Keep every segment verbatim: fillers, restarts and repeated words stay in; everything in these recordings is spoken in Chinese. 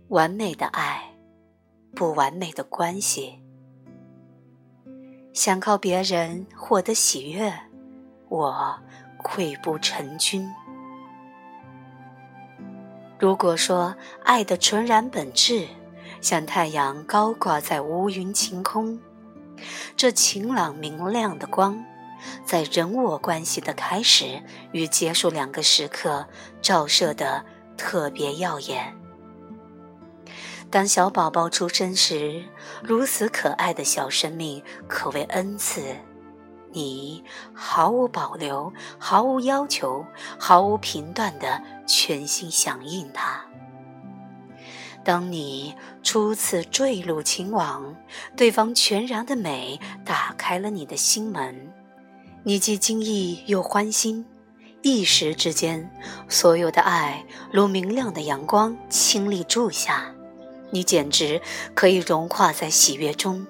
完美的爱，不完美的关系。想靠别人获得喜悦，我溃不成军。如果说爱的纯然本质像太阳高挂在乌云晴空，这晴朗明亮的光在人我关系的开始与结束两个时刻照射得特别耀眼。当小宝宝出生时，如此可爱的小生命可谓恩赐，你毫无保留，毫无要求，毫无评断地全心响应它。当你初次坠入情网，对方全然的美打开了你的心门，你既惊异又欢欣，一时之间，所有的爱如明亮的阳光倾力注下，你简直可以融化在喜悦中。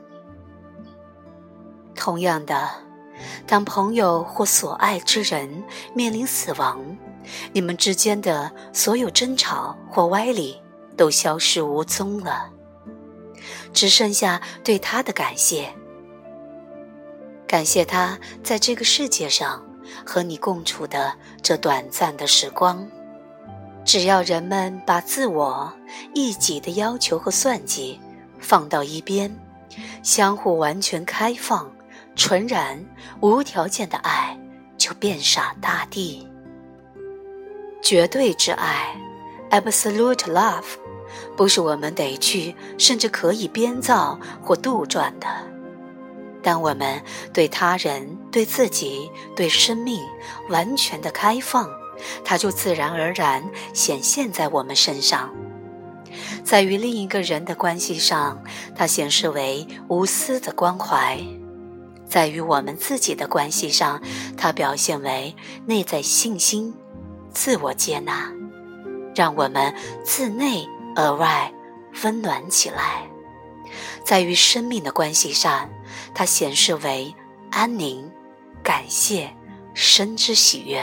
同样的，当朋友或所爱之人面临死亡，你们之间的所有争吵或歪理都消失无踪了，只剩下对他的感谢。感谢他在这个世界上和你共处的这短暂的时光。只要人们把自我、一己的要求和算计放到一边，相互完全开放、纯然、无条件的爱就遍洒大地。绝对之爱 Absolute Love 不是我们得去甚至可以编造或杜撰的。当我们对他人、对自己、对生命完全的开放，它就自然而然显现在我们身上。在与另一个人的关系上，它显示为无私的关怀；在与我们自己的关系上，它表现为内在信心、自我接纳，让我们自内而外温暖起来。在与生命的关系上，它显示为安宁、感谢、深知喜悦。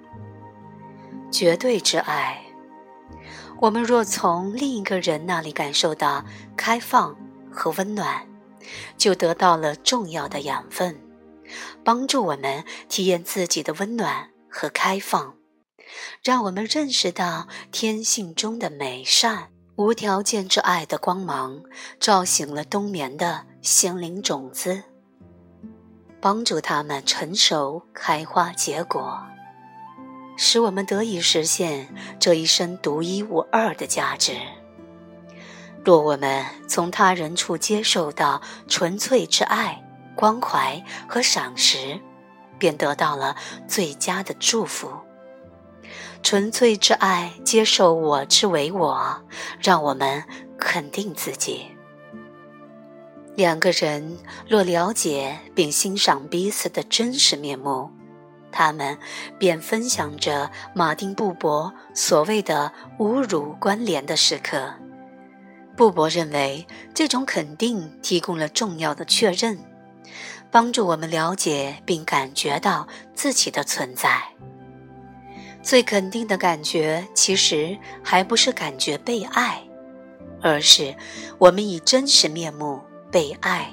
绝对之爱，我们若从另一个人那里感受到开放和温暖，就得到了重要的养分，帮助我们体验自己的温暖和开放，让我们认识到天性中的美善。无条件之爱的光芒照醒了冬眠的心灵种子，帮助它们成熟、开花结果，使我们得以实现这一生独一无二的价值。若我们从他人处接受到纯粹之爱、关怀和赏识，便得到了最佳的祝福。纯粹之爱接受我之为我，让我们肯定自己。两个人若了解并欣赏彼此的真实面目，他们便分享着马丁·布伯所谓的侮辱关联的时刻。布伯认为这种肯定提供了重要的确认，帮助我们了解并感觉到自己的存在。最肯定的感觉其实还不是感觉被爱，而是我们以真实面目被爱。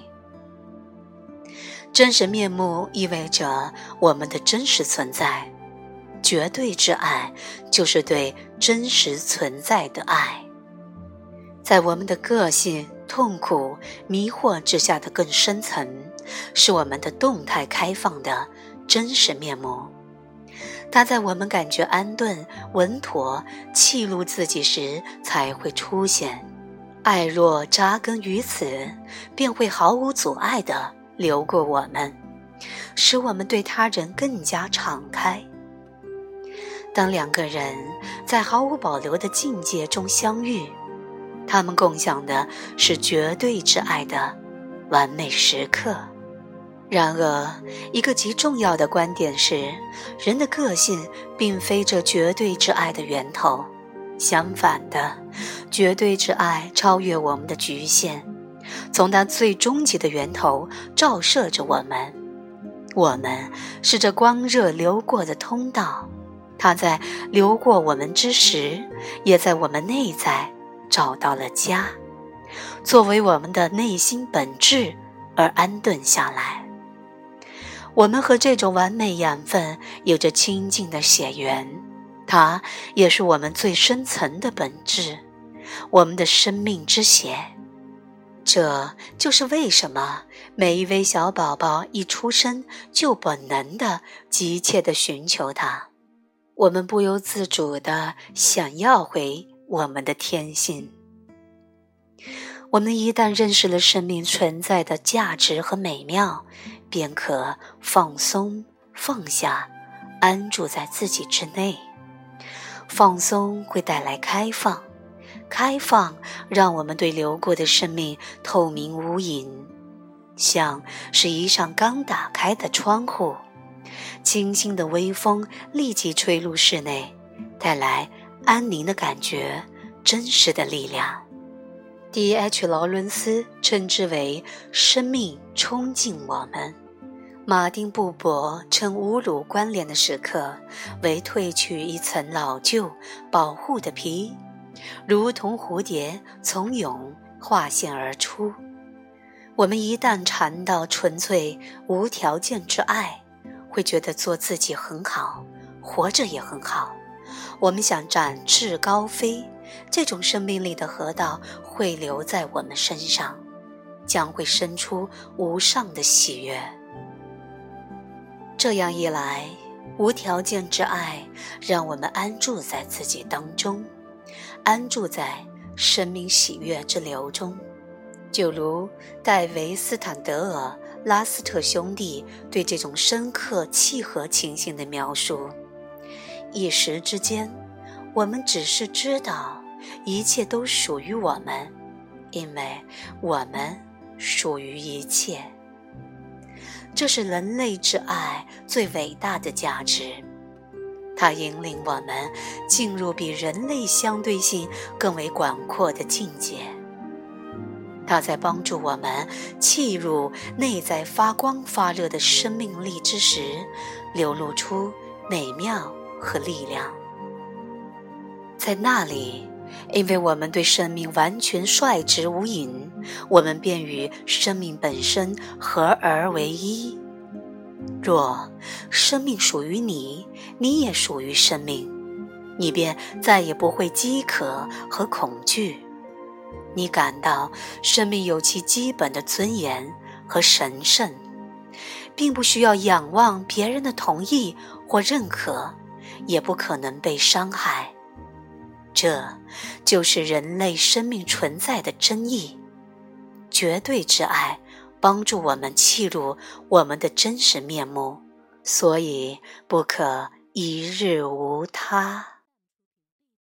真实面目意味着我们的真实存在，绝对之爱就是对真实存在的爱。在我们的个性、痛苦、迷惑之下的更深层，是我们的动态开放的真实面目。它在我们感觉安顿、稳妥、弃入自己时才会出现。爱若扎根于此，便会毫无阻碍地流过我们，使我们对他人更加敞开。当两个人在毫无保留的境界中相遇，他们共享的是绝对之爱的完美时刻。然而，一个极重要的观点是，人的个性并非这绝对之爱的源头。相反的，绝对之爱超越我们的局限，从它最终极的源头照射着我们。我们是这光热流过的通道，它在流过我们之时，也在我们内在找到了家，作为我们的内心本质而安顿下来。我们和这种完美养分有着亲近的血缘，它也是我们最深层的本质，我们的生命之血。这就是为什么每一位小宝宝一出生就本能的急切地寻求它，我们不由自主地想要回我们的天性。我们一旦认识了生命存在的价值和美妙，便可放松放下，安住在自己之内。放松会带来开放，开放让我们对流过的生命透明无垠，像是一扇刚打开的窗户，清新的微风立即吹入室内，带来安宁的感觉，真实的力量。D H 劳伦斯称之为生命冲进我们，马丁布伯称侮辱关联的时刻为褪去一层老旧保护的皮，如同蝴蝶从蛹化现而出。我们一旦尝到纯粹无条件之爱，会觉得做自己很好，活着也很好。我们想展翅高飞，这种生命力的河道会留在我们身上，将会生出无上的喜悦。这样一来，无条件之爱让我们安住在自己当中，安住在生命喜悦之流中。就如戴维斯坦德尔拉斯特兄弟对这种深刻契合情形的描述，一时之间，我们只是知道一切都属于我们，因为我们属于一切。这是人类之爱最伟大的价值，它引领我们进入比人类相对性更为广阔的境界。它在帮助我们契入内在发光发热的生命力之时，流露出美妙和力量。在那里，因为我们对生命完全率直无影，我们便与生命本身合而为一。若生命属于你，你也属于生命，你便再也不会饥渴和恐惧。你感到生命有其基本的尊严和神圣，并不需要仰望别人的同意或认可，也不可能被伤害。这就是人类生命存在的真意。绝对之爱帮助我们契入我们的真实面目，所以不可一日无他。